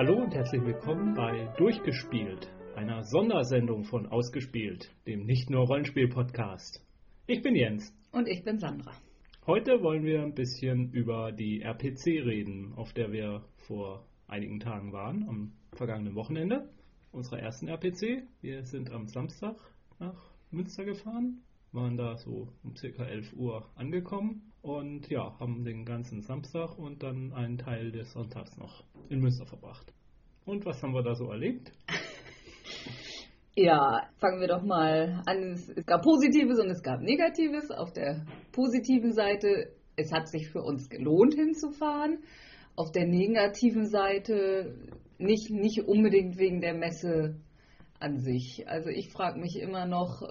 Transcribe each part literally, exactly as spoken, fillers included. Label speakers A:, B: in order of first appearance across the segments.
A: Hallo und herzlich willkommen bei Durchgespielt, einer Sondersendung von Ausgespielt, dem nicht nur Rollenspiel-Podcast. Ich bin Jens.
B: Und ich bin Sandra.
A: Heute wollen wir ein bisschen über die R P C reden, auf der wir vor einigen Tagen waren, am vergangenen Wochenende. Unserer ersten R P C. Wir sind am Samstag nach Münster gefahren, waren da so um ca. elf Uhr angekommen und ja, haben den ganzen Samstag und dann einen Teil des Sonntags noch in Münster verbracht. Und was haben wir da so erlebt?
B: Ja, fangen wir doch mal an. Es gab Positives und es gab Negatives. Auf der positiven Seite, es hat sich für uns gelohnt hinzufahren. Auf der negativen Seite nicht, nicht unbedingt wegen der Messe an sich. Also ich frage mich immer noch,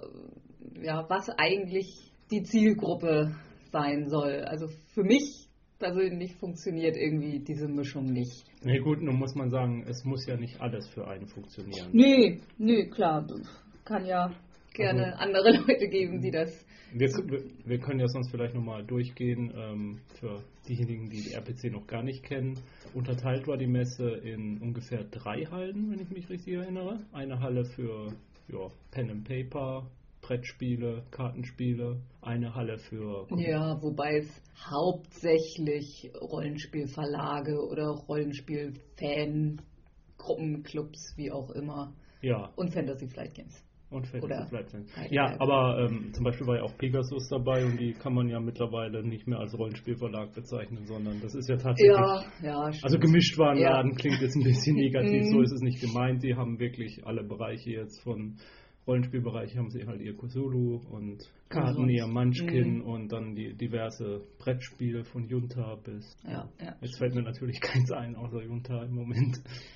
B: ja, was eigentlich die Zielgruppe sein soll. Also für mich persönlich funktioniert irgendwie diese Mischung nicht.
A: Nee, gut, nun muss man sagen, es muss ja nicht alles für einen funktionieren.
B: Nee, nee, klar. Kann ja gerne also, andere Leute geben, die das...
A: Wir, wir können ja sonst vielleicht nochmal durchgehen, ähm, für diejenigen, die die R P C noch gar nicht kennen. Unterteilt war die Messe in ungefähr drei Hallen, wenn ich mich richtig erinnere. Eine Halle für ja, Pen and Paper, Brettspiele, Kartenspiele, eine Halle für...
B: Ja, wobei es hauptsächlich Rollenspielverlage oder Rollenspiel-Fan, Gruppenclubs, wie auch immer.
A: Ja.
B: Und Fantasy Flight Games.
A: Und Fantasy Flight Games.
B: Halt
A: ja,
B: halt.
A: aber ähm, zum Beispiel war ja auch Pegasus dabei und die kann man ja mittlerweile nicht mehr als Rollenspielverlag bezeichnen, sondern das ist ja tatsächlich...
B: Ja, ja,
A: also Gemischtwarenladen
B: ja.
A: klingt jetzt ein bisschen negativ, so ist es nicht gemeint. Die haben wirklich alle Bereiche jetzt von... Rollenspielbereiche haben sie halt ihr Cthulhu und Karten, ihr Munchkin mhm. und dann die diverse Brettspiele von Junta bis...
B: Ja, ja,
A: jetzt fällt mir natürlich keins ein, außer Junta im Moment.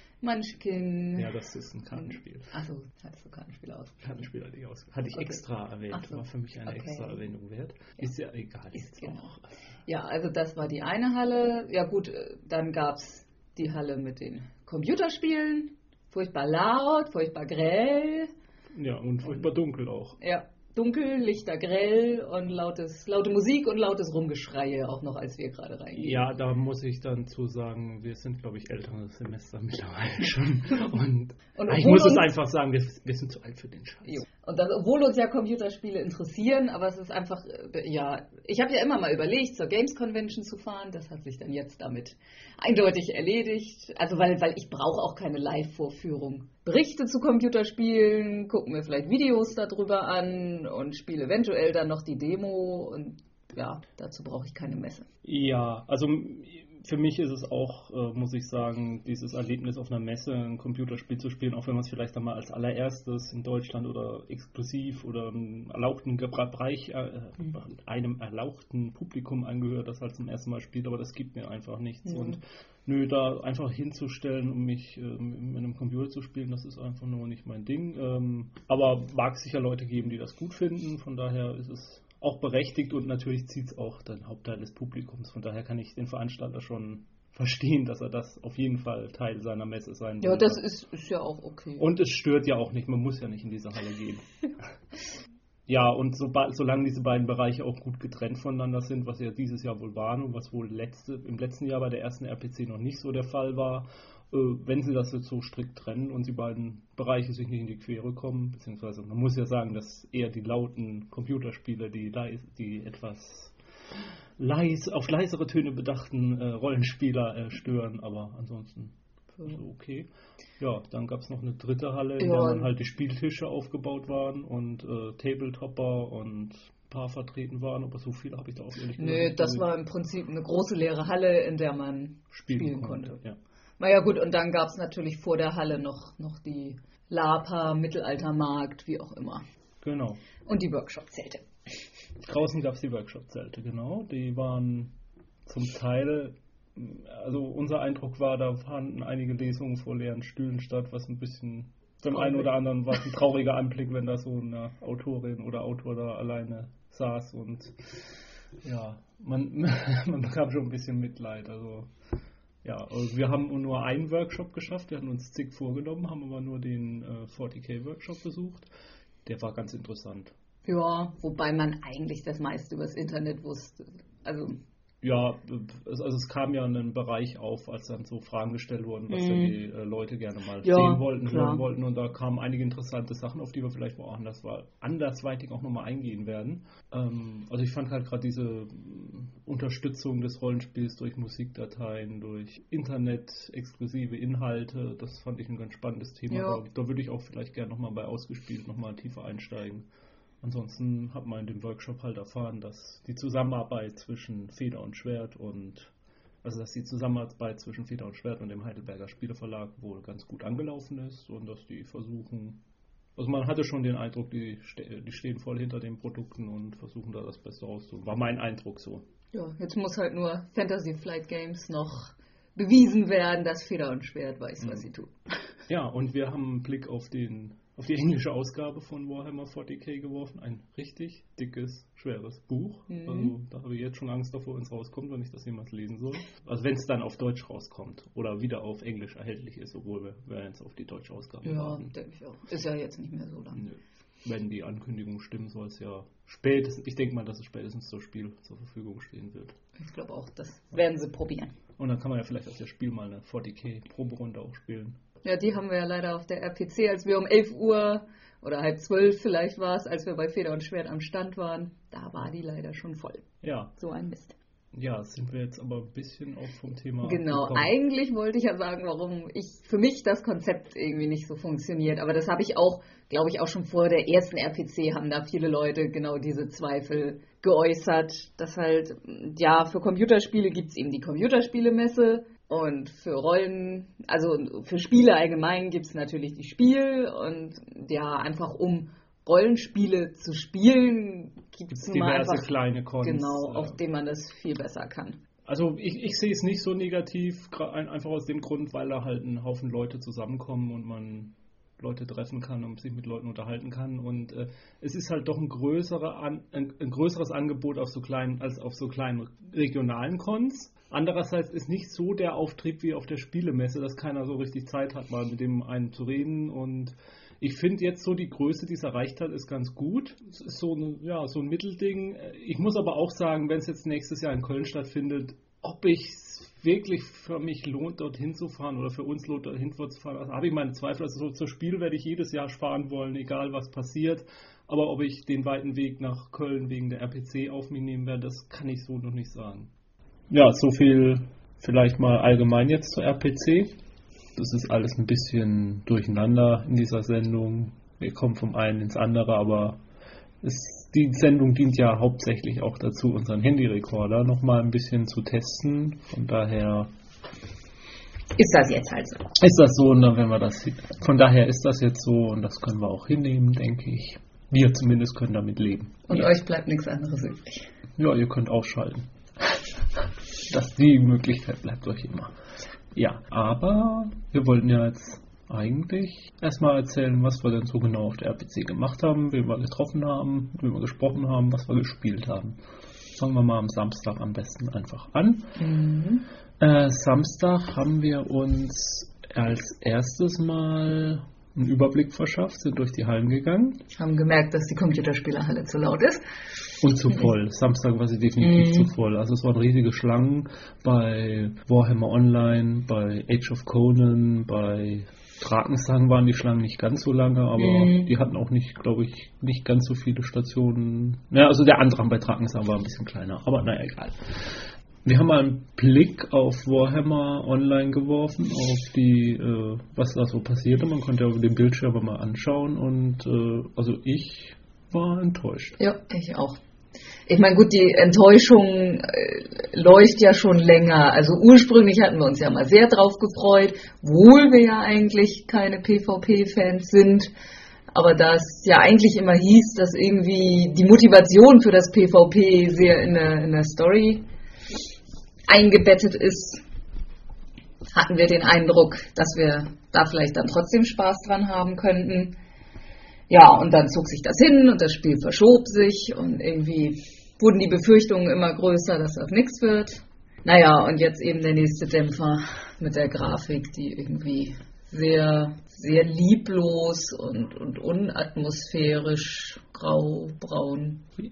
B: Munchkin.
A: Ja, das ist ein Kartenspiel.
B: Achso, hattest du Kartenspiele aus?
A: Kartenspiel hatte ich, aus, hatte ich okay. extra erwähnt,
B: so.
A: War für mich eine
B: okay.
A: extra Erwähnung wert.
B: Ja.
A: Ist ja egal.
B: Ist genau. Auch. Ja, also das war die eine Halle. Ja gut, dann gab es die Halle mit den Computerspielen. Furchtbar laut, furchtbar grell.
A: Ja, und furchtbar
B: und,
A: dunkel auch.
B: Ja, dunkel, Lichter grell und lautes, laute Musik und lautes Rumgeschreie auch noch, als wir gerade reingehen.
A: Ja, da muss ich dann zu sagen, wir sind, glaube ich, ältere Semester mittlerweile schon. Und, und ich muss es einfach sagen, wir, wir sind zu alt für den Scheiß.
B: Jo. Und das, obwohl uns ja Computerspiele interessieren, aber es ist einfach, ja, ich habe ja immer mal überlegt, zur Games Convention zu fahren. Das hat sich dann jetzt damit eindeutig erledigt. Also weil, weil ich brauche auch keine Live-Vorführung. Berichte zu Computerspielen, gucken mir vielleicht Videos darüber an und spiele eventuell dann noch die Demo und ja, dazu brauche ich keine Messe.
A: Ja, also für mich ist es auch, äh, muss ich sagen, dieses Erlebnis auf einer Messe, ein Computerspiel zu spielen, auch wenn man es vielleicht einmal als allererstes in Deutschland oder exklusiv oder im erlauchten Bereich, äh, mhm. einem erlauchten Publikum angehört, das halt zum ersten Mal spielt, aber das gibt mir einfach nichts. Mhm. Und nö, da einfach hinzustellen, um mich äh, mit einem Computer zu spielen, das ist einfach nur nicht mein Ding. Ähm, aber mag sicher Leute geben, die das gut finden, von daher ist es auch berechtigt und natürlich zieht es auch den Hauptteil des Publikums. Von daher kann ich den Veranstalter schon verstehen, dass er das auf jeden Fall Teil seiner Messe sein will.
B: Ja, das ist, ist ja auch okay.
A: Und es stört ja auch nicht, man muss ja nicht in diese Halle gehen. Ja, und so, solange diese beiden Bereiche auch gut getrennt voneinander sind, was ja dieses Jahr wohl waren und was wohl letzte, im letzten Jahr bei der ersten R P C noch nicht so der Fall war, wenn sie das jetzt so strikt trennen und die beiden Bereiche sich nicht in die Quere kommen, beziehungsweise man muss ja sagen, dass eher die lauten Computerspiele, die, die etwas leis, auf leisere Töne bedachten äh, Rollenspieler äh, stören, aber ansonsten so okay. Ja, dann gab es noch eine dritte Halle, in ja. der dann halt die Spieltische aufgebaut waren und äh, Tabletopper und ein paar vertreten waren, aber so viele habe ich da auch ehrlich gesagt
B: Nö, das war im Prinzip eine große leere Halle, in der man spielen, spielen konnte.
A: konnte. Ja.
B: Naja gut, und dann gab es natürlich vor der Halle noch, noch die Lapa, Mittelaltermarkt, wie auch immer.
A: Genau.
B: Und die Workshop-Zelte.
A: Draußen gab es die Workshop-Zelte, genau. Die waren zum Teil, also unser Eindruck war, da fanden einige Lesungen vor leeren Stühlen statt, was ein bisschen, dem einen oder anderen war es ein trauriger Anblick, wenn da so eine Autorin oder Autor da alleine saß und ja, man, man bekam schon ein bisschen Mitleid, also... Ja, also wir haben nur einen Workshop geschafft, wir hatten uns zig vorgenommen, haben aber nur den äh, vierzig K Workshop besucht. Der war ganz interessant.
B: Ja, wobei man eigentlich das meiste übers Internet wusste. Also
A: Ja, also es kam ja ein Bereich auf, als dann so Fragen gestellt wurden, was mhm. denn die äh, Leute gerne mal ja, sehen wollten, klar. hören wollten. Und da kamen einige interessante Sachen, auf die wir vielleicht auch anders, andersweitig auch nochmal eingehen werden. Ähm, also ich fand halt gerade diese Unterstützung des Rollenspiels durch Musikdateien, durch Internet-exklusive Inhalte, das fand ich ein ganz spannendes Thema. Ja. Da, da würde ich auch vielleicht gerne nochmal bei Ausgespielt nochmal tiefer einsteigen. Ansonsten hat man in dem Workshop halt erfahren, dass die Zusammenarbeit zwischen Feder und Schwert und also dass die Zusammenarbeit zwischen Feder und Schwert und dem Heidelberger Spieleverlag wohl ganz gut angelaufen ist und dass die versuchen, also man hatte schon den Eindruck, die, ste- die stehen voll hinter den Produkten und versuchen da das Beste rauszuholen. War mein Eindruck so.
B: Ja, jetzt muss halt nur Fantasy Flight Games noch bewiesen werden, dass Feder und Schwert weiß, mhm. was sie tun.
A: Ja, und wir haben einen Blick auf den auf die englische Ausgabe von Warhammer forty K geworfen. Ein richtig dickes, schweres Buch. Mhm. Also da habe ich jetzt schon Angst davor, wenn es rauskommt, wenn ich das jemals lesen soll. Also wenn es dann auf Deutsch rauskommt oder wieder auf Englisch erhältlich ist, obwohl wir, wir jetzt auf die deutsche Ausgabe
B: ja,
A: warten.
B: Ja, denke ich auch. Ist ja jetzt nicht mehr so lang. Nö.
A: Wenn die Ankündigung stimmt, soll es ja spätestens, ich denke mal, dass es spätestens zum Spiel zur Verfügung stehen wird.
B: Ich glaube auch, das werden sie probieren.
A: Und dann kann man ja vielleicht auf das Spiel mal eine forty K Proberunde auch spielen.
B: Ja, die haben wir ja leider auf der R P C, als wir um elf Uhr oder halb zwölf vielleicht war es, als wir bei Feder und Schwert am Stand waren. Da war die leider schon voll.
A: Ja.
B: So ein Mist.
A: Ja, sind wir jetzt aber ein bisschen auch vom Thema
B: Genau, abgekommen. Eigentlich wollte ich ja sagen, warum ich für mich das Konzept irgendwie nicht so funktioniert. Aber das habe ich auch, glaube ich, auch schon vor der ersten R P C haben da viele Leute genau diese Zweifel geäußert. Dass halt, ja, für Computerspiele gibt es eben die Computerspielemesse. Und für Rollen, also für Spiele allgemein gibt es natürlich die Spiel und ja, einfach um Rollenspiele zu spielen, gibt es
A: diverse
B: einfach,
A: kleine Cons.
B: Genau, ja. Auf denen man das viel besser kann.
A: Also ich, ich sehe es nicht so negativ, einfach aus dem Grund, weil da halt ein Haufen Leute zusammenkommen und man Leute treffen kann und sich mit Leuten unterhalten kann. Und äh, es ist halt doch ein, größere an, ein, ein größeres Angebot auf so kleinen, als auf so kleinen regionalen Cons. Andererseits ist nicht so der Auftrieb wie auf der Spielemesse, dass keiner so richtig Zeit hat, mal mit dem einen zu reden. Und ich finde jetzt so die Größe, die es erreicht hat, ist ganz gut. Es ist so, eine, ja, so ein Mittelding. Ich muss aber auch sagen, wenn es jetzt nächstes Jahr in Köln stattfindet, ob ich es wirklich für mich lohnt, dorthin zu fahren oder für uns lohnt, dorthin zu fahren, also habe ich meine Zweifel. Also so zur Spiel werde ich jedes Jahr fahren wollen, egal was passiert. Aber ob ich den weiten Weg nach Köln wegen der R P C auf mich nehmen werde, das kann ich so noch nicht sagen. Ja, so viel vielleicht mal allgemein jetzt zur R P C. Das ist alles ein bisschen durcheinander in dieser Sendung. Wir kommen vom einen ins andere, aber es, die Sendung dient ja hauptsächlich auch dazu, unseren Handyrekorder nochmal ein bisschen zu testen. Von daher
B: ist das jetzt halt so.
A: Ist das so, und dann wenn wir das, von daher ist das jetzt so und das können wir auch hinnehmen, denke ich. Wir zumindest können damit leben.
B: Und ja. Euch bleibt nichts anderes übrig.
A: Ja, ihr könnt ausschalten. Das, die Möglichkeit bleibt euch immer. Ja, aber wir wollten ja jetzt eigentlich erstmal erzählen, was wir denn so genau auf der R P C gemacht haben, wen wir getroffen haben, wie wir gesprochen haben, was wir gespielt haben. Fangen wir mal am Samstag am besten einfach an. Mhm. Äh, Samstag haben wir uns als erstes mal einen Überblick verschafft, sind durch die Hallen gegangen.
B: Haben gemerkt, dass die Computerspielerhalle zu laut ist.
A: Und zu voll. Samstag war sie definitiv mm. zu voll. Also es waren riesige Schlangen bei Warhammer Online, bei Age of Conan, bei Drakensang waren die Schlangen nicht ganz so lange, aber mm. die hatten auch nicht, glaube ich, nicht ganz so viele Stationen. Ja, also der Andrang bei Drakensang war ein bisschen kleiner, aber naja, egal. Wir haben mal einen Blick auf Warhammer Online geworfen, auf die, äh, was da so passierte. Man konnte ja über den Bildschirm mal anschauen und äh, also ich war enttäuscht.
B: Ja, ich auch. Ich meine, gut, die Enttäuschung äh, läuft ja schon länger. Also ursprünglich hatten wir uns ja mal sehr drauf gefreut, obwohl wir ja eigentlich keine PvP-Fans sind. Aber da es ja eigentlich immer hieß, dass irgendwie die Motivation für das PvP sehr in der, in der Story eingebettet ist, hatten wir den Eindruck, dass wir da vielleicht dann trotzdem Spaß dran haben könnten. Ja, und dann zog sich das hin und das Spiel verschob sich und irgendwie wurden die Befürchtungen immer größer, dass das nichts wird. Naja, und jetzt eben der nächste Dämpfer mit der Grafik, die irgendwie sehr, sehr lieblos und, und unatmosphärisch grau-braun.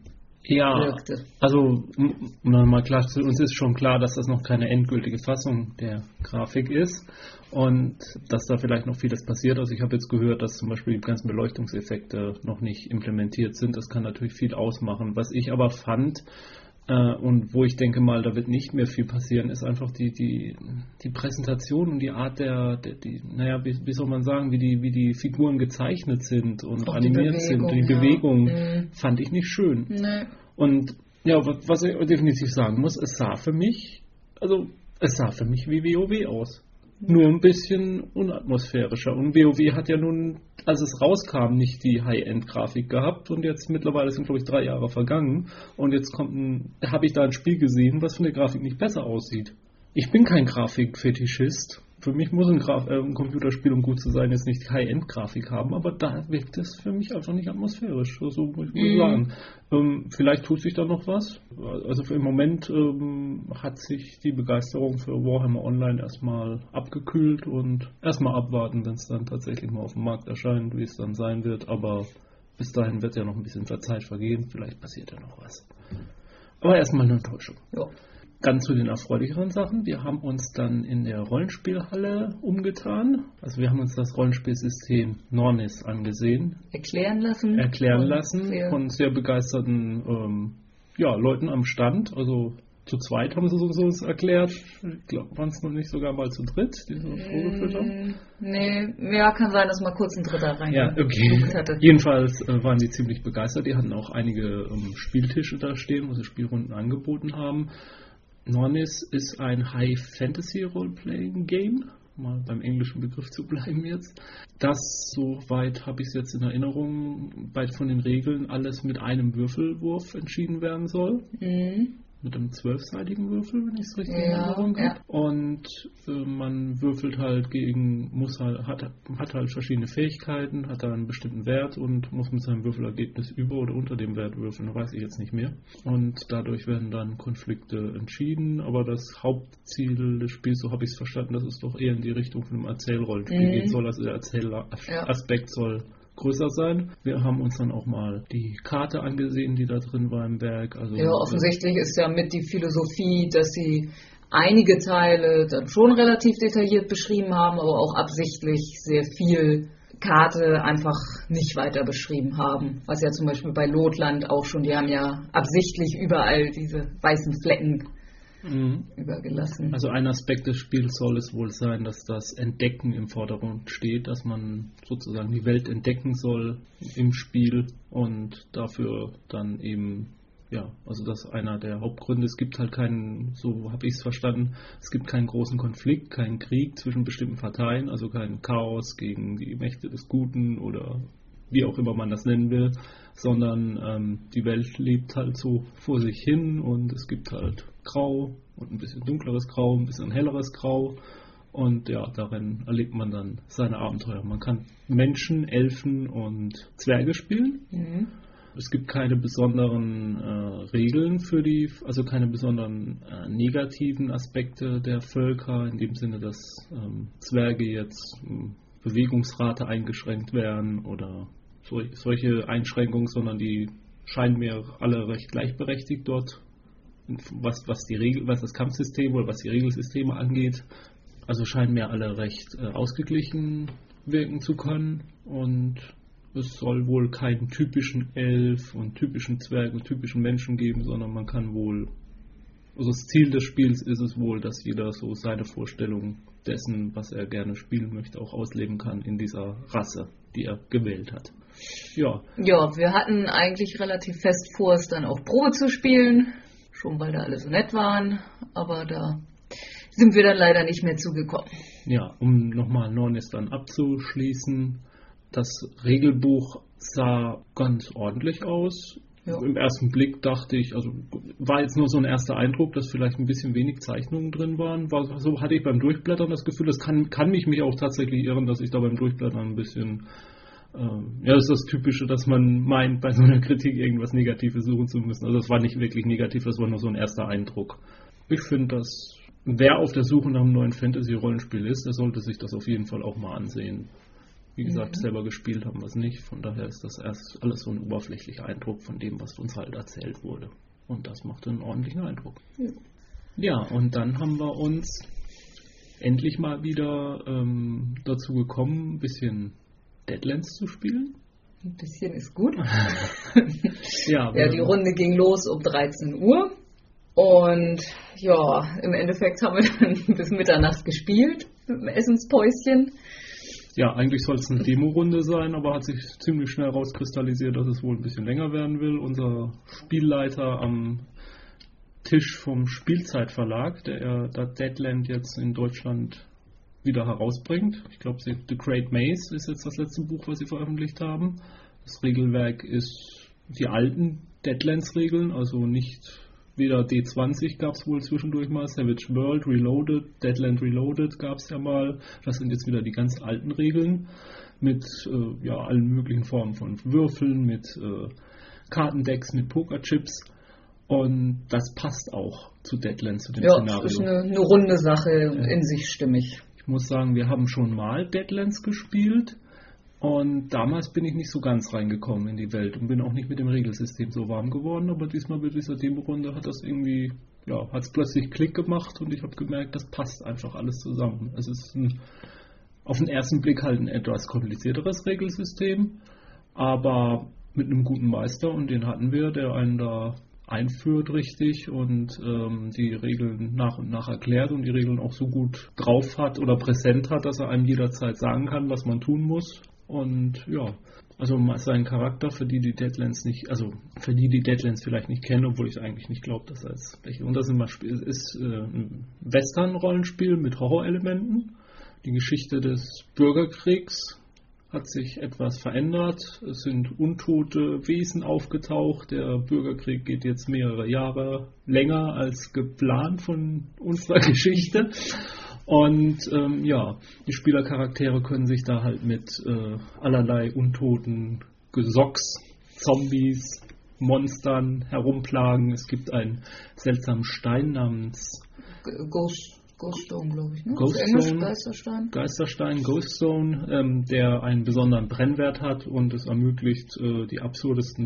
A: ja,
B: wirkte.
A: Also m- mal klar, für uns ist schon klar, dass das noch keine endgültige Fassung der Grafik ist und dass da vielleicht noch vieles passiert. Also ich habe jetzt gehört, dass zum Beispiel die ganzen Beleuchtungseffekte noch nicht implementiert sind. Das kann natürlich viel ausmachen. Was ich aber fand, Äh, und wo ich denke mal, da wird nicht mehr viel passieren, ist einfach die, die, die Präsentation und die Art der, der die, naja, wie, wie soll man sagen, wie die, wie die Figuren gezeichnet sind und
B: Auch die
A: animiert sind.
B: Bewegung,
A: Die
B: ja.
A: Bewegung
B: Mhm.
A: fand ich nicht schön.
B: Nee.
A: Und ja, was, was ich definitiv sagen muss, es sah für mich, also es sah für mich wie WoW aus. Nur ein bisschen unatmosphärischer. Und WoW hat ja nun, als es rauskam, nicht die High-End-Grafik gehabt. Und jetzt mittlerweile sind, glaube ich, drei Jahre vergangen. Und jetzt kommt ein, habe ich da ein Spiel gesehen, was von der Grafik nicht besser aussieht. Ich bin kein Grafikfetischist. Für mich muss ein, Graf äh, ein Computerspiel, um gut zu sein, jetzt nicht High-End-Grafik haben, aber da wirkt es für mich einfach nicht atmosphärisch. So muss ich
B: Mhm.
A: sagen. Ähm, vielleicht tut sich da noch was. Also für im Moment ähm, hat sich die Begeisterung für Warhammer Online erstmal abgekühlt und erstmal abwarten, wenn es dann tatsächlich mal auf dem Markt erscheint, wie es dann sein wird. Aber bis dahin wird ja noch ein bisschen Zeit vergehen. Vielleicht passiert ja noch was. Aber erstmal eine Enttäuschung.
B: Ja.
A: Ganz zu den erfreulicheren Sachen. Wir haben uns dann in der Rollenspielhalle umgetan. Also wir haben uns das Rollenspielsystem Nornis angesehen,
B: Erklären lassen.
A: erklären
B: Und
A: lassen
B: sehr-
A: von sehr begeisterten ähm, ja, Leuten am Stand. Also zu zweit haben sie so, so es erklärt. Ich glaube, waren es noch nicht sogar mal zu dritt, die so vorgeführt haben.
B: Mm, Nee, ja, kann sein, dass mal kurz ein Dritter rein
A: Ja, okay.
B: geguckt hatte.
A: Jedenfalls äh, waren die ziemlich begeistert. Die hatten auch einige ähm, Spieltische da stehen, wo sie Spielrunden angeboten haben. Nornis ist ein High-Fantasy-Role-Playing-Game, mal beim englischen Begriff zu bleiben jetzt. Das, soweit habe ich es jetzt in Erinnerung, bei, von den Regeln alles mit einem Würfelwurf entschieden werden soll.
B: Mhm.
A: Mit einem zwölfseitigen Würfel, wenn ich es richtig in
B: Ja,
A: Erinnerung
B: ja.
A: habe. Und äh, man würfelt halt gegen, muss halt, hat, hat halt verschiedene Fähigkeiten, hat da einen bestimmten Wert und muss mit seinem Würfelergebnis über oder unter dem Wert würfeln, weiß ich jetzt nicht mehr. Und dadurch werden dann Konflikte entschieden, aber das Hauptziel des Spiels, so habe ich es verstanden, dass es doch eher in die Richtung von einem Erzählrollenspiel
B: Mhm.
A: gehen soll, also der Erzählaspekt soll größer sein. Wir haben uns dann auch mal die Karte angesehen, die da drin war im Werk. Also
B: Ja, offensichtlich ist ja mit die Philosophie, dass sie einige Teile dann schon relativ detailliert beschrieben haben, aber auch absichtlich sehr viel Karte einfach nicht weiter beschrieben haben. Was ja zum Beispiel bei Lotland auch schon, die haben ja absichtlich überall diese weißen Flecken
A: Mhm.
B: übergelassen.
A: Also ein Aspekt des Spiels soll es wohl sein, dass das Entdecken im Vordergrund steht, dass man sozusagen die Welt entdecken soll im Spiel und dafür dann eben, ja, also das ist einer der Hauptgründe. Es gibt halt keinen, so habe ich es verstanden, es gibt keinen großen Konflikt, keinen Krieg zwischen bestimmten Parteien, also kein Chaos gegen die Mächte des Guten oder wie auch immer man das nennen will, sondern ähm, die Welt lebt halt so vor sich hin und es gibt halt Grau und ein bisschen dunkleres Grau, ein bisschen helleres Grau und ja, darin erlebt man dann seine Abenteuer. Man kann Menschen, Elfen und Zwerge spielen.
B: Mhm.
A: Es gibt keine besonderen äh, Regeln für die, also keine besonderen äh, negativen Aspekte der Völker, in dem Sinne, dass ähm, Zwerge jetzt ähm, Bewegungsrate eingeschränkt werden oder so, solche Einschränkungen, sondern die scheinen mir alle recht gleichberechtigt dort, was, was, die Regel, was das Kampfsystem oder was die Regelsysteme angeht. Also scheinen mir alle recht äh, ausgeglichen wirken zu können und es soll wohl keinen typischen Elf und typischen Zwerg und typischen Menschen geben, sondern man kann wohl, also das Ziel des Spiels ist es wohl, dass jeder so seine Vorstellung dessen, was er gerne spielen möchte, auch ausleben kann in dieser Rasse, die er gewählt hat. Ja.
B: Ja, wir hatten eigentlich relativ fest vor, es dann auch Probe zu spielen, schon weil da alle so nett waren, aber da sind wir dann leider nicht mehr zugekommen.
A: Ja, um nochmal Nornis dann abzuschließen, das Regelbuch sah ganz ordentlich aus. Ja. Im ersten Blick dachte ich, also war jetzt nur so ein erster Eindruck, dass vielleicht ein bisschen wenig Zeichnungen drin waren. War, so hatte ich beim Durchblättern das Gefühl, das kann, kann mich, mich auch tatsächlich irren, dass ich da beim Durchblättern ein bisschen, ähm, ja, das ist das Typische, dass man meint, bei so einer Kritik irgendwas Negatives suchen zu müssen. Also das war nicht wirklich negativ, das war nur so ein erster Eindruck. Ich finde, dass wer auf der Suche nach einem neuen Fantasy-Rollenspiel ist, der sollte sich das auf jeden Fall auch mal ansehen. Wie gesagt,
B: Mhm.
A: selber gespielt haben wir es nicht. Von daher ist das erst alles so ein oberflächlicher Eindruck von dem, was uns halt erzählt wurde. Und das macht einen ordentlichen Eindruck.
B: Ja.
A: Ja, und dann haben wir uns endlich mal wieder ähm, dazu gekommen, ein bisschen Deadlands zu spielen.
B: Ein bisschen ist gut.
A: Ja,
B: Ja, die Runde ging los um dreizehn Uhr. Und ja, im Endeffekt haben wir dann bis Mitternacht gespielt mit dem Essenspäuschen.
A: Ja, eigentlich soll es eine Demo-Runde sein, aber hat sich ziemlich schnell rauskristallisiert, dass es wohl ein bisschen länger werden will. Unser Spielleiter am Tisch vom Spielzeitverlag, der ja das Deadland jetzt in Deutschland wieder herausbringt. Ich glaube, The Great Maze ist jetzt das letzte Buch, was sie veröffentlicht haben. Das Regelwerk ist die alten Deadlands-Regeln, also nicht weder D zwanzig gab es wohl zwischendurch mal, Savage World, Reloaded, Deadland Reloaded gab es ja mal. Das sind jetzt wieder die ganz alten Regeln mit äh, ja, allen möglichen Formen von Würfeln, mit äh, Kartendecks, mit Pokerchips. Und das passt auch zu Deadlands, zu dem
B: Ja,
A: Szenario.
B: ist eine, eine runde Sache,
A: Ja.
B: in sich stimmig.
A: Ich muss sagen, wir haben schon mal Deadlands gespielt und damals bin ich nicht so ganz reingekommen in die Welt und bin auch nicht mit dem Regelsystem so warm geworden, aber diesmal bei dieser Demo-Runde hat das irgendwie, ja, hat es plötzlich Klick gemacht und ich habe gemerkt, das passt einfach alles zusammen. Es ist ein, auf den ersten Blick halt ein etwas komplizierteres Regelsystem, aber mit einem guten Meister und den hatten wir, der einen da einführt richtig und ähm, die Regeln nach und nach erklärt und die Regeln auch so gut drauf hat oder präsent hat, dass er einem jederzeit sagen kann, was man tun muss. Und ja, also sein Charakter, für die die Deadlands nicht, also für die die Deadlands vielleicht nicht kennen, obwohl ich eigentlich nicht glaube, dass er es welche. Und das ist, immer, ist äh, ein Western-Rollenspiel mit Horrorelementen. Die Geschichte des Bürgerkriegs hat sich etwas verändert. Es sind untote Wesen aufgetaucht. Der Bürgerkrieg geht jetzt mehrere Jahre länger als geplant von unserer Geschichte. Und ähm, ja, die Spielercharaktere können sich da halt mit äh, allerlei untoten Gesocks, Zombies, Monstern herumplagen. Es gibt einen seltsamen Stein namens
B: Ghost. Ghoststone, glaube ich, ne?
A: Ghoststone,
B: Geisterstein.
A: Geisterstein, Ghoststone, ähm, der einen besonderen Brennwert hat und es ermöglicht, äh, die absurdesten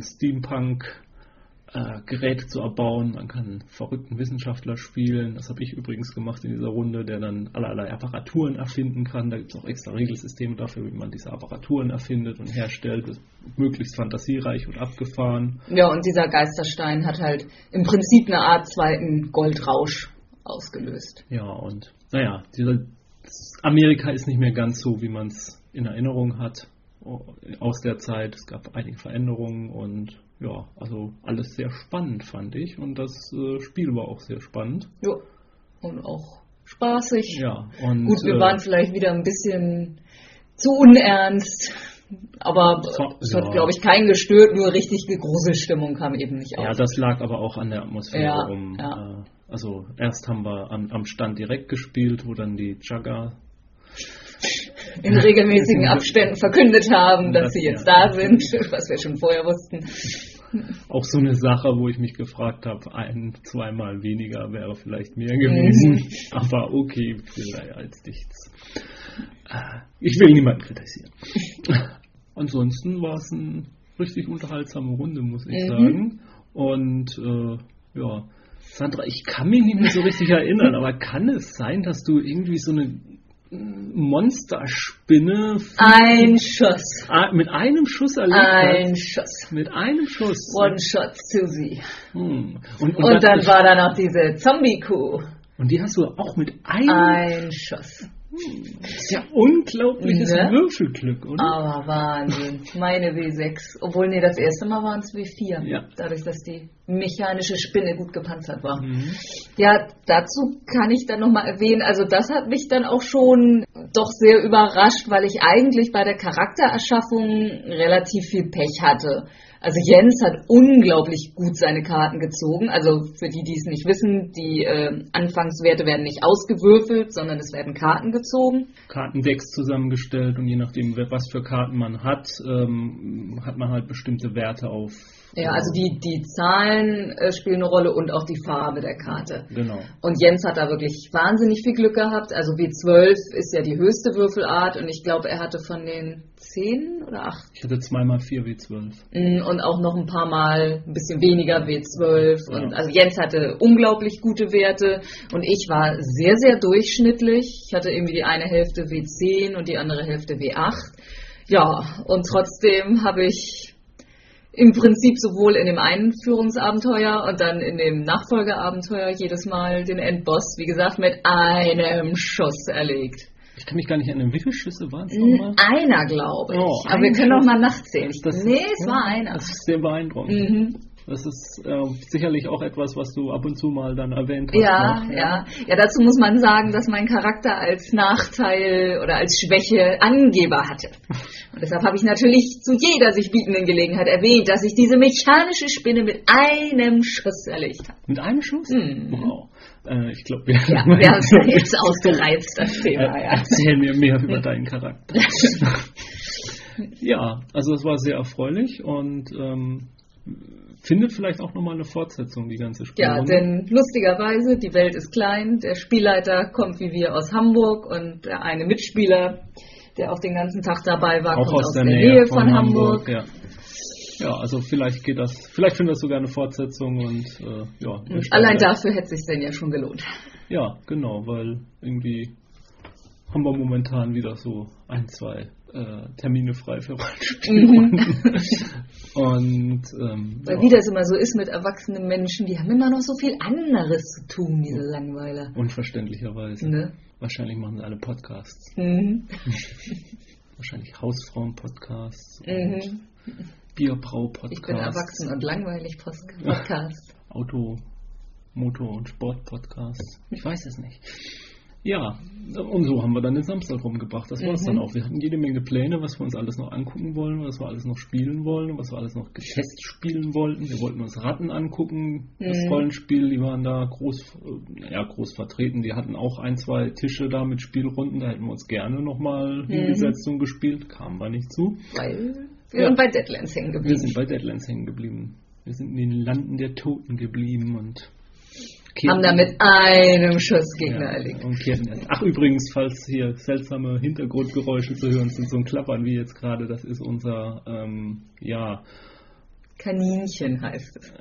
A: Steampunk-Geräte äh, zu erbauen. Man kann verrückten Wissenschaftler spielen. Das habe ich übrigens gemacht in dieser Runde, der dann allerlei Apparaturen erfinden kann. Da gibt es auch extra Regelsysteme dafür, wie man diese Apparaturen erfindet und herstellt. Das ist möglichst fantasiereich und abgefahren.
B: Ja, und dieser Geisterstein hat halt im Prinzip eine Art zweiten Goldrausch ausgelöst.
A: Ja, und naja, diese, Amerika ist nicht mehr ganz so, wie man es in Erinnerung hat aus der Zeit. Es gab einige Veränderungen und ja, also alles sehr spannend, fand ich. Und das äh, Spiel war auch sehr spannend.
B: Ja, und auch spaßig.
A: Ja, und
B: gut, wir
A: äh,
B: waren vielleicht wieder ein bisschen zu unernst, aber es
A: ja.
B: hat, glaube ich, keinen gestört, nur richtige Gruselstimmung kam eben nicht auf.
A: Ja, das lag aber auch an der Atmosphäre.
B: Ja,
A: um,
B: ja.
A: Äh, also erst haben wir am, am Stand direkt gespielt, wo dann die Jugger
B: in regelmäßigen Abständen verkündet haben, dass
A: das,
B: sie jetzt
A: ja.
B: da sind, was wir schon vorher wussten.
A: Auch so eine Sache, wo ich mich gefragt habe, ein, zweimal weniger wäre vielleicht mehr gewesen. Mhm. Aber okay, ich will da ja jetzt nichts. Ich will niemanden kritisieren. Ansonsten war es eine richtig unterhaltsame Runde, muss ich mhm. sagen. Und äh, ja, Sandra, ich kann mich nicht mehr so richtig erinnern, aber kann es sein, dass du irgendwie so eine Monsterspinne
B: ein Schuss
A: mit einem Schuss erlebt
B: ein
A: hast?
B: Schuss
A: Mit einem Schuss.
B: One shot to sie.
A: Hm. Und, und,
B: und dann war da noch diese Zombie-Kuh.
A: Und die hast du auch mit einem
B: ein Schuss.
A: Das ist ja unglaubliches
B: ne?
A: Würfelglück, oder?
B: Aber Wahnsinn. Meine W sechs. Obwohl, nee, das erste Mal waren es W vier.
A: Ja.
B: Dadurch, dass die mechanische Spinne gut gepanzert war.
A: Mhm.
B: Ja, dazu kann ich dann nochmal erwähnen, also das hat mich dann auch schon doch sehr überrascht, weil ich eigentlich bei der Charaktererschaffung relativ viel Pech hatte. Also Jens hat unglaublich gut seine Karten gezogen. Also für die, die es nicht wissen, die äh, Anfangswerte werden nicht ausgewürfelt, sondern es werden Karten gezogen. gezogen.
A: Kartendecks zusammengestellt und je nachdem, was für Karten man hat, ähm, hat man halt bestimmte Werte auf.
B: Ja, also die, die Zahlen äh, spielen eine Rolle und auch die Farbe der Karte.
A: Genau.
B: Und Jens hat da wirklich wahnsinnig viel Glück gehabt. Also W zwölf ist ja die höchste Würfelart und ich glaube, er hatte von den zehn oder acht.
A: Ich hatte zweimal vier W zwölf.
B: Und auch noch ein paar Mal ein bisschen weniger W zwölf.
A: Ja.
B: Und also Jens hatte unglaublich gute Werte und ich war sehr, sehr durchschnittlich. Ich hatte irgendwie die eine Hälfte W zehn und die andere Hälfte W acht. Ja, und trotzdem habe ich im Prinzip sowohl in dem Einführungsabenteuer und dann in dem Nachfolgeabenteuer jedes Mal den Endboss, wie gesagt, mit einem Schuss erlegt.
A: Ich kann mich gar nicht erinnern, wie viele Schüsse waren es nochmal?
B: Einer, glaube ich.
A: Oh,
B: aber wir können doch mal nachzählen. Ich,
A: das
B: nee,
A: ist,
B: es war einer.
A: Das ist sehr beeindruckend.
B: Mhm.
A: Das ist äh, sicherlich auch etwas, was du ab und zu mal dann erwähnt hast.
B: Ja,
A: noch,
B: ja, ja. Dazu muss man sagen, dass mein Charakter als Nachteil oder als Schwäche Angeber hatte. Und deshalb habe ich natürlich zu jeder sich bietenden Gelegenheit erwähnt, dass ich diese mechanische Spinne mit einem Schuss erlegt habe.
A: Mit einem Schuss?
B: Mhm.
A: Wow. Äh, ich glaube, wir,
B: ja, wir haben es ja jetzt ausgereizt, das Thema. Ja.
A: Erzähl mir mehr über deinen Charakter. Ja, also es war sehr erfreulich und ähm, findet vielleicht auch nochmal eine Fortsetzung, die ganze Spielrunde.
B: Ja, denn lustigerweise, die Welt ist klein, der Spielleiter kommt wie wir aus Hamburg und der eine Mitspieler, der auch den ganzen Tag dabei war,
A: auch
B: kommt
A: aus,
B: aus
A: der,
B: der
A: Nähe,
B: Nähe
A: von,
B: von
A: Hamburg.
B: Hamburg.
A: Ja. Ja, also vielleicht geht das, vielleicht findet das sogar eine Fortsetzung und äh, ja.
B: Und allein dafür hätte es sich denn ja schon gelohnt.
A: Ja, genau, weil irgendwie haben wir momentan wieder so ein, zwei äh, Termine frei für Rollenspiele.
B: Mhm.
A: Und ähm,
B: weil
A: ja.
B: wie das immer so ist mit erwachsenen Menschen, die haben immer noch so viel anderes zu tun, diese Langweiler.
A: Unverständlicherweise.
B: Ne?
A: Wahrscheinlich machen sie alle Podcasts.
B: Mhm.
A: Wahrscheinlich Hausfrauen-Podcasts.
B: Mhm.
A: Bierbrau-Podcasts.
B: Ich bin erwachsen und langweilig Podcast.
A: Auto, Motor- und Sport-Podcasts. Ich weiß es nicht. Ja, und so haben wir dann den Samstag rumgebracht. Das war es
B: Mhm.
A: dann auch. Wir hatten jede Menge Pläne, was wir uns alles noch angucken wollen, was wir alles noch spielen wollen, was wir alles noch getestet spielen wollten. Wir wollten uns Ratten angucken, das
B: Mhm.
A: Rollenspiel, die waren da groß, äh, ja, groß vertreten. Die hatten auch ein, zwei Tische da mit Spielrunden, da hätten wir uns gerne nochmal
B: Mhm.
A: hingesetzt und gespielt. Kamen wir nicht zu.
B: Weil wir
A: Ja.
B: sind bei Deadlands hängen geblieben.
A: Wir sind bei Deadlands hängen geblieben. Wir sind in den Landen der Toten geblieben und
B: haben da mit einem Schuss Gegner
A: ja,
B: erlegt.
A: und kehrten erst. Ach, übrigens, falls hier seltsame Hintergrundgeräusche zu hören sind, so ein Klappern wie jetzt gerade, das ist unser, ähm, ja.
B: Kaninchen heißt es.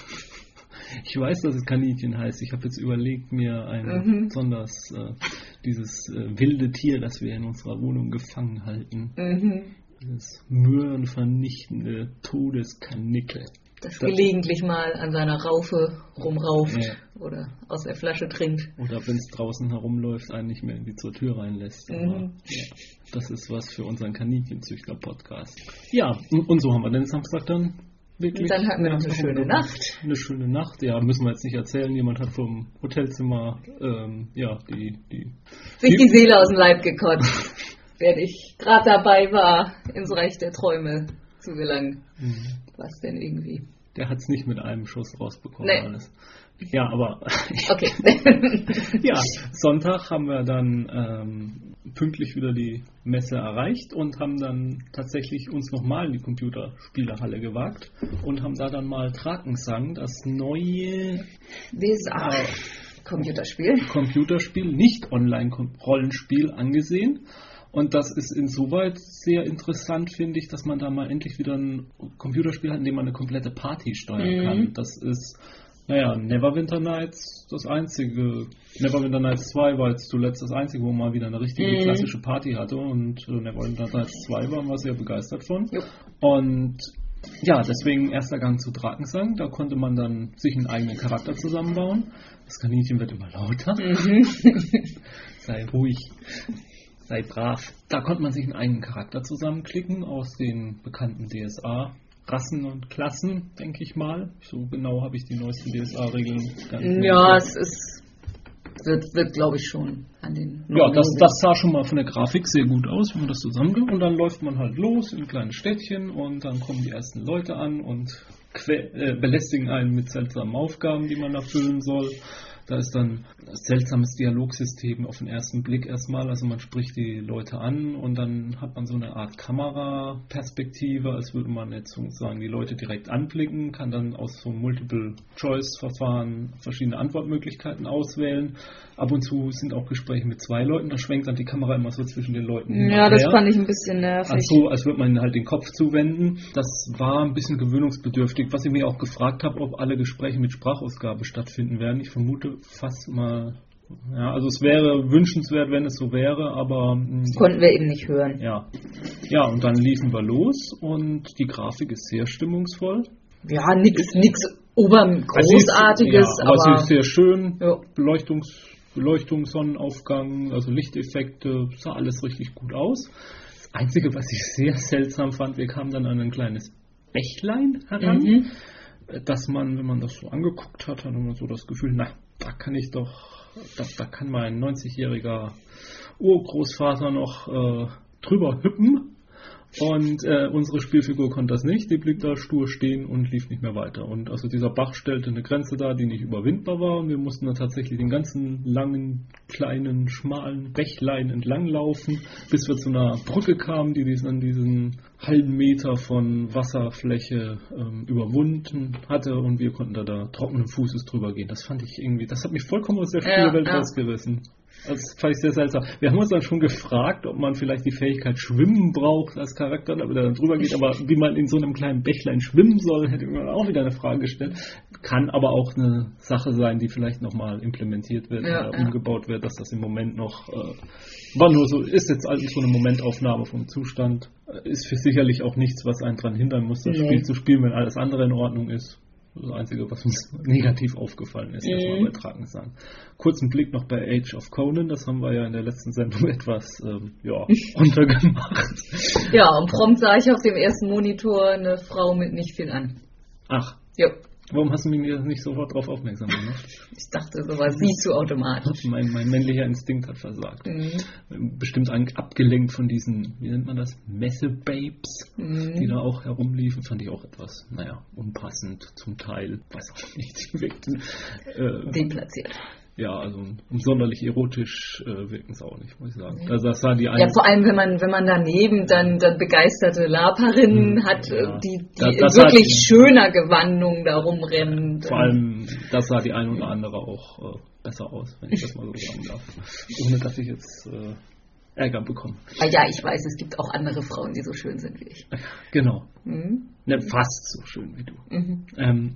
A: Ich weiß, dass es Kaninchen heißt. Ich habe jetzt überlegt, mir ein
B: Mhm.
A: besonders äh, dieses äh, wilde Tier, das wir in unserer Wohnung gefangen halten.
B: Mhm.
A: Das möhrenvernichtende Todeskanickel.
B: Das,
A: Das-
B: gelegentlich mal an seiner Raufe rumrauft
A: Ja.
B: oder aus der Flasche trinkt.
A: Oder wenn es draußen herumläuft, einen nicht mehr irgendwie zur Tür reinlässt. Aber,
B: Mhm.
A: ja, das ist was für unseren Kaninchenzüchter-Podcast. Ja, und, und so haben wir den Samstag dann wirklich.
B: Und dann hatten wir noch eine schöne Nacht.
A: Eine schöne Nacht, ja, müssen wir jetzt nicht erzählen. Jemand hat vom Hotelzimmer, ähm, ja, die, die.
B: Sich die Seele aus dem Leib gekotzt, während ich gerade dabei war, ins Reich der Träume zu gelangen.
A: Mhm.
B: Was denn irgendwie?
A: Der hat es nicht mit einem Schuss rausbekommen,
B: Nee.
A: alles. Ja, aber
B: Okay.
A: ja, Sonntag haben wir dann ähm, pünktlich wieder die Messe erreicht und haben dann tatsächlich uns nochmal in die Computerspielehalle gewagt und haben da dann mal Drakensang, das neue
B: W S A.
A: äh,
B: Computerspiel.
A: Computerspiel, nicht Online-Rollenspiel angesehen. Und das ist insoweit sehr interessant, finde ich, dass man da mal endlich wieder ein Computerspiel hat, in dem man eine komplette Party steuern
B: Mhm.
A: kann. Das ist, naja, Neverwinter Nights das einzige. Neverwinter Nights zwei war jetzt zuletzt das einzige, wo man wieder eine richtige
B: Mhm.
A: klassische Party hatte. Und äh, Neverwinter Nights zwei waren wir sehr begeistert von.
B: Jo.
A: Und ja, deswegen erster Gang zu Drakensang. Da konnte man dann sich einen eigenen Charakter zusammenbauen. Das Kaninchen wird immer lauter.
B: Mhm.
A: Sei ruhig. Sei brav. Da konnte man sich einen eigenen Charakter zusammenklicken aus den bekannten D S A-Rassen und Klassen, denke ich mal. So genau habe ich die neuesten D S A-Regeln gar nicht mehr
B: Ja,
A: im
B: es ist, wird, wird glaube ich, schon an den.
A: Ja, das, das sah schon mal von der Grafik sehr gut aus, wenn man das zusammengeht. Und dann läuft man halt los in ein kleines Städtchen und dann kommen die ersten Leute an und que- äh, belästigen einen mit seltsamen Aufgaben, die man erfüllen soll. Da ist dann ein seltsames Dialogsystem auf den ersten Blick erstmal. Also man spricht die Leute an und dann hat man so eine Art Kameraperspektive, als würde man jetzt sozusagen die Leute direkt anblicken, kann dann aus so einem Multiple-Choice-Verfahren verschiedene Antwortmöglichkeiten auswählen. Ab und zu sind auch Gespräche mit zwei Leuten, da schwenkt dann die Kamera immer so zwischen den Leuten.
B: Ja, das fand ich ein bisschen nervig.
A: Also, als würde man halt den Kopf zuwenden. Das war ein bisschen gewöhnungsbedürftig. Was ich mir auch gefragt habe, ob alle Gespräche mit Sprachausgabe stattfinden werden. Ich vermute fast mal, ja, also es wäre wünschenswert, wenn es so wäre, aber...
B: Das konnten wir eben nicht hören.
A: Ja. Ja, und dann liefen wir los und die Grafik ist sehr stimmungsvoll.
B: Ja, nix, nix Obergroßartiges,
A: also ja, aber, aber sie ist sehr schön.
B: Ja.
A: Beleuchtungs Beleuchtung, Sonnenaufgang, also Lichteffekte, sah alles richtig gut aus. Das Einzige, was ich sehr seltsam fand, wir kamen dann an ein kleines Bächlein heran, mhm. dass man, wenn man das so angeguckt hat, hatte man so das Gefühl, na, da kann ich doch, da, da kann mein neunzigjähriger Urgroßvater noch äh, drüber hüppen. Und äh, unsere Spielfigur konnte das nicht, die blieb da stur stehen und lief nicht mehr weiter. Und also dieser Bach stellte eine Grenze dar, die nicht überwindbar war. Und wir mussten dann tatsächlich den ganzen langen, kleinen, schmalen Bächlein entlanglaufen, bis wir zu einer Brücke kamen, die diesen, diesen halben Meter von Wasserfläche ähm, überwunden hatte. Und wir konnten da, da trockenen Fußes drüber gehen. Das fand ich irgendwie, das hat mich vollkommen aus der Spielwelt ja, ja. rausgerissen. Das fand ich sehr seltsam. Wir haben uns dann schon gefragt, ob man vielleicht die Fähigkeit Schwimmen braucht als Charakter, damit er dann drüber geht. Aber wie man in so einem kleinen Bächlein schwimmen soll, hätte man auch wieder eine Frage gestellt. Kann aber auch eine Sache sein, die vielleicht nochmal implementiert wird
B: ja,
A: oder
B: ja.
A: umgebaut wird, dass das im Moment noch, äh, war nur so, ist jetzt also so eine Momentaufnahme vom Zustand. Ist für sicherlich auch nichts, was einen daran hindern muss, das nee. Spiel zu spielen, wenn alles andere in Ordnung ist. Das Einzige, was uns negativ aufgefallen ist, erstmal bei Drakensang. Kurzen Blick noch bei Age of Conan, das haben wir ja in der letzten Sendung etwas ähm, ja, runtergemacht.
B: Ja, und prompt sah ich auf dem ersten Monitor eine Frau mit nicht viel an.
A: Ach.
B: Ja.
A: Warum hast du mich nicht sofort darauf aufmerksam gemacht?
B: Ich dachte, sowas siehst du automatisch.
A: Mein, mein männlicher Instinkt hat versagt. Mhm. Bestimmt abgelenkt von diesen, wie nennt man das, Messe-Babes, mhm. die da auch herumliefen, fand ich auch etwas, naja, unpassend zum Teil, weiß auch nicht, die wirkten
B: äh, deplatziert.
A: Ja, also sonderlich erotisch äh, wirken es auch nicht, muss ich sagen. Also das sah die
B: ja, vor allem, wenn man wenn man daneben dann, dann begeisterte Laperinnen mhm, hat, ja. die, die das, das wirklich die, schöner Gewandung da rumrennen.
A: Vor allem, das sah die eine oder andere auch äh, besser aus, wenn ich das mal so sagen darf. Ohne, dass ich jetzt äh, Ärger bekomme.
B: Ah ja, ich weiß, es gibt auch andere Frauen, die so schön sind wie ich.
A: Genau.
B: Mhm.
A: Ne, fast so schön wie du.
B: Mhm.
A: Ähm,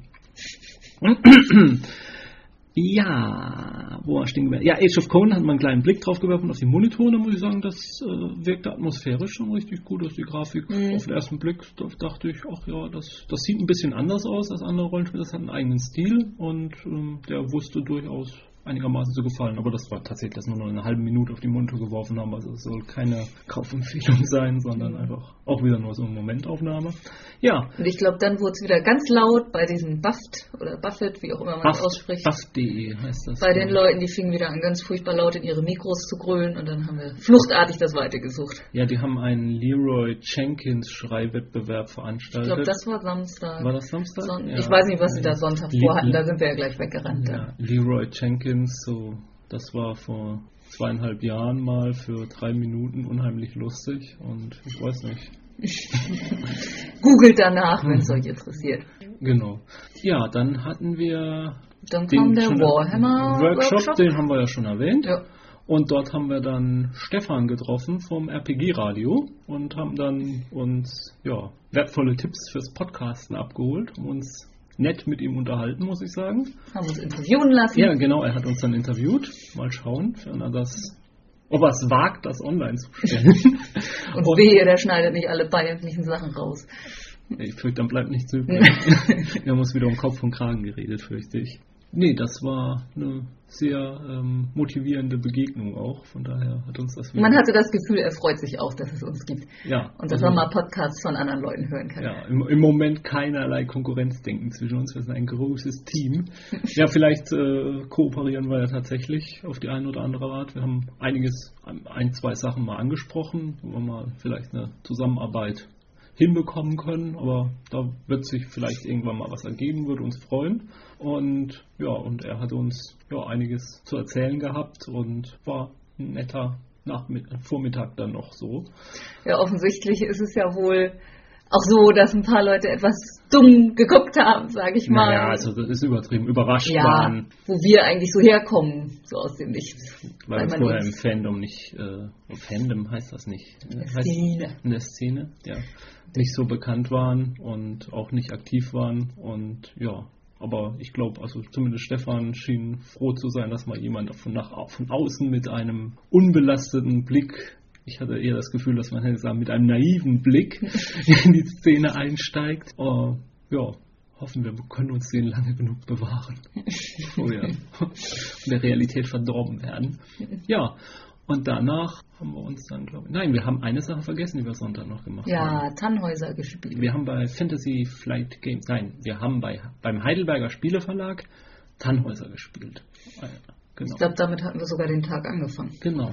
A: Ja, wo war stehen geblieben? Ja, Age of Conan hat man einen kleinen Blick drauf geworfen auf die Monitore, muss ich sagen, das äh, wirkte atmosphärisch schon richtig gut, dass die Grafik mhm. auf den ersten Blick, da dachte ich, ach ja, das, das sieht ein bisschen anders aus als andere Rollenspiele, das hat einen eigenen Stil und ähm, der wusste durchaus einigermaßen zu gefallen, aber das war tatsächlich, dass wir nur eine halbe Minute auf die Monitor geworfen haben, also es soll keine Kaufempfehlung sein, sondern einfach auch wieder nur so eine Momentaufnahme. Ja.
B: Und ich glaube, dann wurde es wieder ganz laut bei diesem Buffed oder Buffett, wie auch immer man das ausspricht.
A: Buffed punkt de heißt das.
B: Bei den Leuten, die fingen wieder an, ganz furchtbar laut in ihre Mikros zu grölen und dann haben wir fluchtartig das weitergesucht.
A: Ja, die haben einen Leroy Jenkins Schreibwettbewerb veranstaltet.
B: Ich glaube, das war Samstag.
A: War das Samstag?
B: Son-
A: ja.
B: Ich weiß nicht, was sie da Sonntag vorhatten, da sind wir ja gleich weggerannt.
A: Ja, Leroy Jenkins, so, das war vor zweieinhalb Jahren mal für drei Minuten unheimlich lustig und ich weiß nicht.
B: Googelt danach, wenn es euch interessiert.
A: Genau. Ja, dann hatten wir
B: dann kam der Warhammer
A: Workshop,
B: Workshop,
A: den haben wir ja schon erwähnt.
B: Ja.
A: Und dort haben wir dann Stefan getroffen vom R P G-Radio und haben dann uns ja, wertvolle Tipps fürs Podcasten abgeholt, um uns nett mit ihm unterhalten, muss ich sagen.
B: Haben uns interviewen lassen.
A: Ja, genau, er hat uns dann interviewt. Mal schauen, wenn er das, ob er es wagt, das online zu stellen.
B: Und, und wehe, der schneidet nicht alle bayernlichen Sachen raus.
A: Ich fürchte, dann bleibt nichts übrig. Wir haben uns wieder um Kopf und Kragen geredet, fürchte ich. Nee, das war eine sehr ähm, motivierende Begegnung auch. Von daher hat uns das...
B: Man hatte das Gefühl, er freut sich auch, dass es uns gibt.
A: Ja.
B: Und dass also, man mal Podcasts von anderen Leuten hören kann.
A: Ja, im, im Moment keinerlei Konkurrenzdenken zwischen uns. Wir sind ein großes Team. Ja, vielleicht äh, kooperieren wir ja tatsächlich auf die eine oder andere Art. Wir haben einiges, ein, zwei Sachen mal angesprochen, wo wir mal vielleicht eine Zusammenarbeit hinbekommen können, aber da wird sich vielleicht irgendwann mal was ergeben, würde uns freuen. Und ja, und er hat uns ja einiges zu erzählen gehabt und war ein netter Nachmittag, Vormittag dann noch so.
B: Ja, offensichtlich ist es ja wohl auch so, dass ein paar Leute etwas dumm geguckt haben, sage ich mal.
A: Ja, also das ist übertrieben, überrascht
B: ja,
A: waren.
B: Wo wir eigentlich so herkommen, so aus dem Nichts.
A: Weil, weil wir vorher im Fandom nicht, äh, Fandom heißt das nicht.
B: In der
A: heißt,
B: Szene.
A: In der Szene, ja. Nicht so bekannt waren und auch nicht aktiv waren und ja. Aber ich glaube, also zumindest Stefan schien froh zu sein, dass mal jemand von, nach, von außen mit einem unbelasteten Blick, ich hatte eher das Gefühl, dass man hätte gesagt, mit einem naiven Blick in die Szene einsteigt. Uh, ja, hoffen wir, wir können uns den lange genug bewahren, bevor wir von der Realität verdorben werden. Ja, und danach haben wir uns dann, glaube ich, nein, wir haben eine Sache vergessen, die wir Sonntag noch gemacht
B: ja,
A: haben.
B: Ja, Tannhäuser gespielt.
A: Wir haben bei Fantasy Flight Games, nein, wir haben bei, beim Heidelberger Spieleverlag Tannhäuser gespielt. Genau.
B: Ich glaube, damit hatten wir sogar den Tag angefangen.
A: Genau.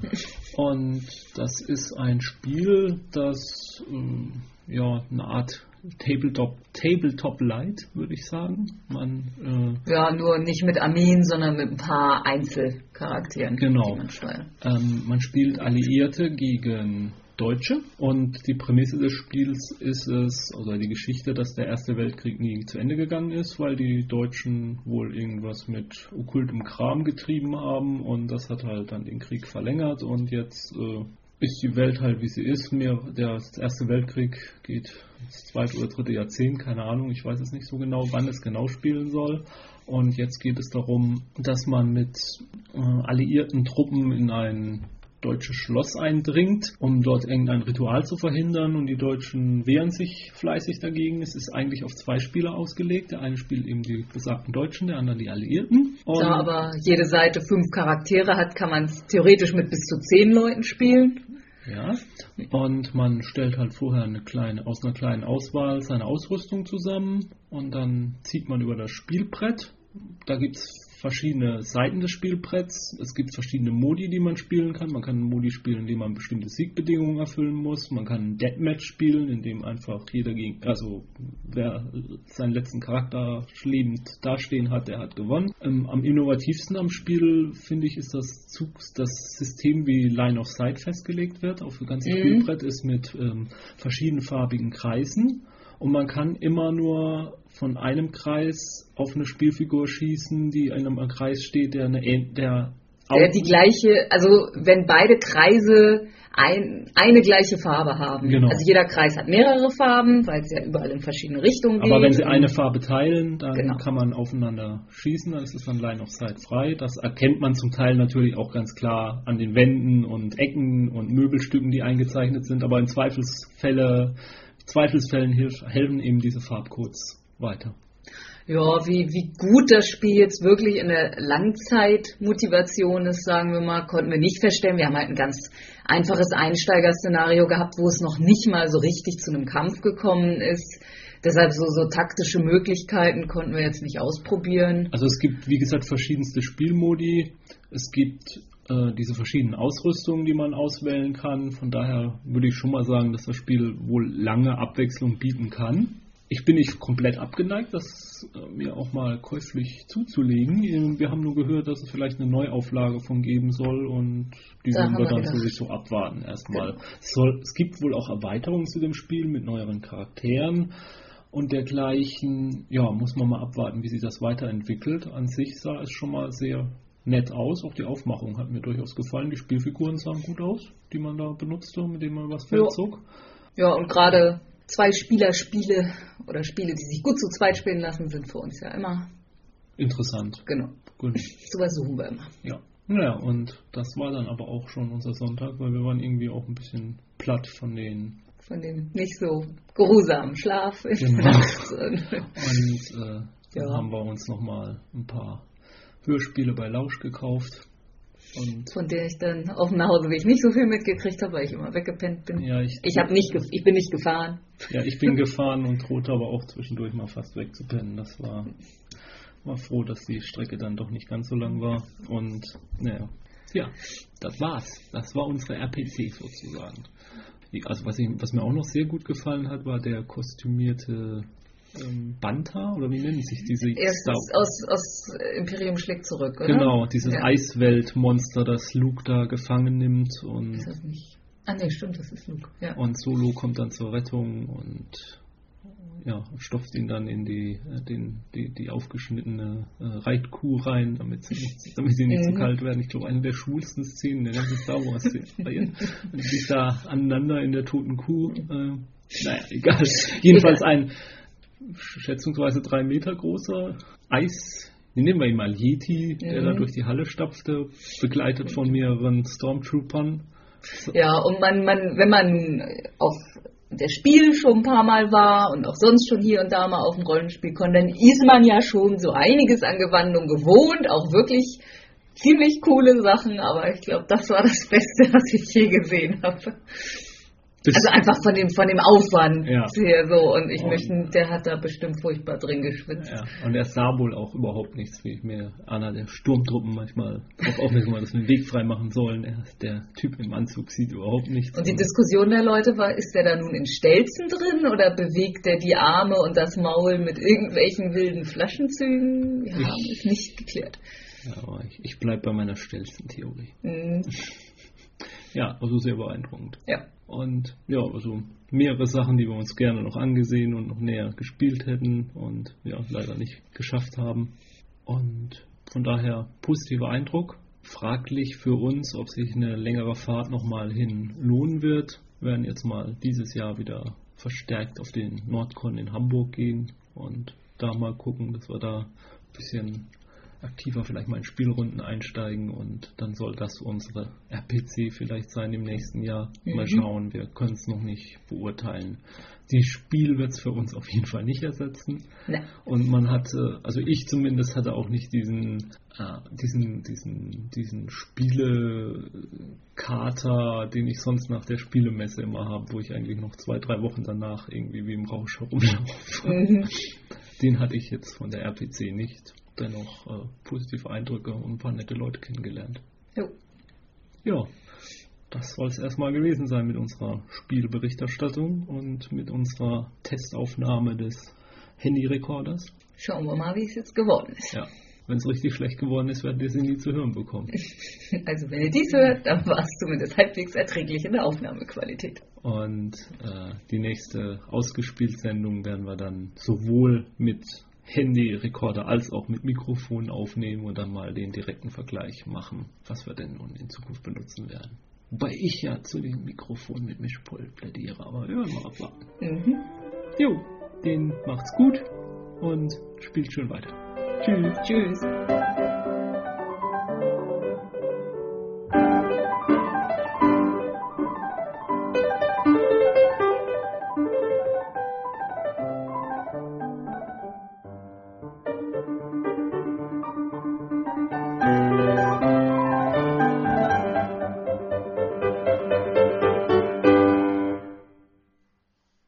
A: Und das ist ein Spiel, das ähm, ja eine Art Tabletop, Tabletop Light, würde ich sagen. Man,
B: äh, ja, nur nicht mit Armeen, sondern mit ein paar Einzelcharakteren,
A: genau.
B: die man steuert.
A: Ähm, man spielt Alliierte gegen Deutsche und die Prämisse des Spiels ist es, oder die Geschichte, dass der Erste Weltkrieg nie zu Ende gegangen ist, weil die Deutschen wohl irgendwas mit okkultem Kram getrieben haben und das hat halt dann den Krieg verlängert und jetzt äh, ist die Welt halt wie sie ist. Mehr, der Erste Weltkrieg geht ins zweite oder dritte Jahrzehnt, keine Ahnung, ich weiß es nicht so genau, wann es genau spielen soll. Und jetzt geht es darum, dass man mit äh, alliierten Truppen in ein deutsches Schloss eindringt, um dort irgendein Ritual zu verhindern und die Deutschen wehren sich fleißig dagegen. Es ist eigentlich auf zwei Spieler ausgelegt. Der eine spielt eben die besagten Deutschen, der andere die Alliierten.
B: Und da aber jede Seite fünf Charaktere hat, kann man es theoretisch mit bis zu zehn Leuten spielen.
A: Ja, und man stellt halt vorher eine kleine, aus einer kleinen Auswahl seine Ausrüstung zusammen und dann zieht man über das Spielbrett. Da gibt es verschiedene Seiten des Spielbretts. Es gibt verschiedene Modi, die man spielen kann. Man kann einen Modi spielen, in dem man bestimmte Siegbedingungen erfüllen muss. Man kann ein Deathmatch spielen, in dem einfach jeder gegen, also wer seinen letzten Charakter lebend dastehen hat, der hat gewonnen. Ähm, am innovativsten am Spiel, finde ich, ist das Zug, das System, wie Line of Sight festgelegt wird. Auf dem ganzen mhm. Spielbrett ist mit ähm, verschiedenfarbigen Kreisen. Und man kann immer nur von einem Kreis auf eine Spielfigur schießen, die in einem Kreis steht, der eine der auch
B: der die gleiche, also wenn beide Kreise ein, eine gleiche Farbe haben.
A: Genau.
B: Also jeder Kreis hat mehrere Farben, weil es ja überall in verschiedene Richtungen geht.
A: Aber wenn sie eine Farbe teilen, dann
B: genau.
A: kann man aufeinander schießen, dann ist es dann Line of Sight frei. Das erkennt man zum Teil natürlich auch ganz klar an den Wänden und Ecken und Möbelstücken, die eingezeichnet sind, aber in Zweifelsfälle Zweifelsfällen hilf, helfen eben diese Farbcodes weiter.
B: Ja, wie, wie gut das Spiel jetzt wirklich in der Langzeitmotivation ist, sagen wir mal, konnten wir nicht feststellen. Wir haben halt ein ganz einfaches Einsteigerszenario gehabt, wo es noch nicht mal so richtig zu einem Kampf gekommen ist. Deshalb so, so taktische Möglichkeiten konnten wir jetzt nicht ausprobieren.
A: Also es gibt, wie gesagt, verschiedenste Spielmodi. Es gibt diese verschiedenen Ausrüstungen, die man auswählen kann. Von daher würde ich schon mal sagen, dass das Spiel wohl lange Abwechslung bieten kann. Ich bin nicht komplett abgeneigt, das mir auch mal käuflich zuzulegen. Wir haben nur gehört, dass es vielleicht eine Neuauflage von geben soll und die werden wir dann sowieso abwarten erstmal. Ja. Es, soll, es gibt wohl auch Erweiterungen zu dem Spiel mit neueren Charakteren und dergleichen. Ja, muss man mal abwarten, wie sich das weiterentwickelt. An sich sah es schon mal sehr nett aus. Auch die Aufmachung hat mir durchaus gefallen. Die Spielfiguren sahen gut aus, die man da benutzte, mit denen man übers Feld zog.
B: Ja, und gerade Zwei-Spieler-Spiele oder Spiele, die sich gut zu zweit spielen lassen, sind für uns ja immer
A: interessant.
B: Genau.
A: Gut.
B: Sowas suchen wir immer.
A: Ja. Naja, und das war dann aber auch schon unser Sonntag, weil wir waren irgendwie auch ein bisschen platt von den
B: von dem nicht so geruhsamen Schlaf.
A: Genau. Und äh, dann ja. haben wir uns nochmal ein paar Hörspiele bei Lausch gekauft. Und
B: von der ich dann auf dem Nachhauseweg nicht so viel mitgekriegt habe, weil ich immer weggepennt bin.
A: Ja, ich
B: ich, hab nicht gef- ich bin nicht gefahren.
A: Ja, ich bin gefahren und drohte aber auch zwischendurch mal fast wegzupennen. Das war, war froh, dass die Strecke dann doch nicht ganz so lang war. Und naja, ja, das war's. Das war unsere R P C sozusagen. also was, ich, was mir auch noch sehr gut gefallen hat, war der kostümierte ähm, Banta, oder wie nennen sich diese?
B: Erstens aus, aus Imperium schlägt zurück, oder?
A: Genau, dieses
B: ja.
A: Eisweltmonster, das Luke da gefangen nimmt. Und
B: ist das nicht? Ah ne, stimmt, das ist Luke. Ja.
A: Und Solo kommt dann zur Rettung und ja, stopft ihn dann in die, den, die, die aufgeschnittene äh, Reitkuh rein, damit sie nicht, damit sie nicht zu
B: mhm.
A: kalt werden. Ich glaube, eine der schwulsten Szenen der ganzen Star Wars-Serie. Und die sich da aneinander in der toten Kuh. Äh, naja, egal. Jedenfalls ein schätzungsweise drei Meter großer Eis. Nehmen wir ihn mal Yeti, der mhm. da durch die Halle stapfte, begleitet von mehreren Stormtroopern.
B: Ja, und man, man, wenn man auf der Spiel schon ein paar Mal war und auch sonst schon hier und da mal auf dem Rollenspiel konnte, dann ist man ja schon so einiges an Gewandung gewohnt, auch wirklich ziemlich coole Sachen, aber ich glaube, das war das Beste, was ich je gesehen habe. Das also einfach von dem, von dem Aufwand ja. her so, und ich und möchte, der hat da bestimmt furchtbar drin geschwitzt.
A: Ja. Und er sah wohl auch überhaupt nichts, wie ich mir einer der Sturmtruppen manchmal darauf aufmerksam mache, dass wir den Weg frei machen sollen. Er, der Typ im Anzug sieht überhaupt nichts.
B: Und die Diskussion der Leute war, ist der da nun in Stelzen drin oder bewegt der die Arme und das Maul mit irgendwelchen wilden Flaschenzügen? Wir haben es nicht geklärt.
A: Ja, aber ich, ich bleibe bei meiner Stelzen-Theorie.
B: Mhm.
A: Ja, also sehr beeindruckend.
B: Ja.
A: Und ja, also mehrere Sachen, die wir uns gerne noch angesehen und noch näher gespielt hätten und ja, leider nicht geschafft haben. Und von daher positiver Eindruck. Fraglich für uns, ob sich eine längere Fahrt nochmal hin lohnen wird. Wir werden jetzt mal dieses Jahr wieder verstärkt auf den Nordcon in Hamburg gehen und da mal gucken, dass wir da ein bisschen aktiver vielleicht mal in Spielrunden einsteigen, und dann soll das unsere R P C vielleicht sein im nächsten Jahr. Mhm. Mal schauen, wir können es noch nicht beurteilen. Die Spiel wird es für uns auf jeden Fall nicht ersetzen.
B: Nee.
A: Und man hatte, also ich zumindest hatte auch nicht diesen äh, diesen diesen diesen Spielekater, den ich sonst nach der Spielemesse immer habe, wo ich eigentlich noch zwei, drei Wochen danach irgendwie wie im Rausch herumlaufe. Mhm. Den hatte ich jetzt von der R P C nicht. Dennoch äh, positive Eindrücke und ein paar nette Leute kennengelernt.
B: Jo.
A: Ja, das soll es erstmal gewesen sein mit unserer Spielberichterstattung und mit unserer Testaufnahme des Handyrekorders.
B: Schauen wir mal, wie es jetzt geworden ist.
A: Ja, wenn es richtig schlecht geworden ist, werdet ihr sie nie zu hören bekommen.
B: Also wenn ihr dies hört, dann war es zumindest halbwegs erträglich in der Aufnahmequalität.
A: Und äh, die nächste Ausgespielt-Sendung werden wir dann sowohl mit Handy-Rekorder als auch mit Mikrofon aufnehmen und dann mal den direkten Vergleich machen, was wir denn nun in Zukunft benutzen werden. Wobei ich ja zu dem Mikrofon mit Mischpult plädiere, aber hören wir mal abwarten.
B: Mhm.
A: Jo, den macht's gut und spielt schön weiter. Tschüss.
B: Tschüss.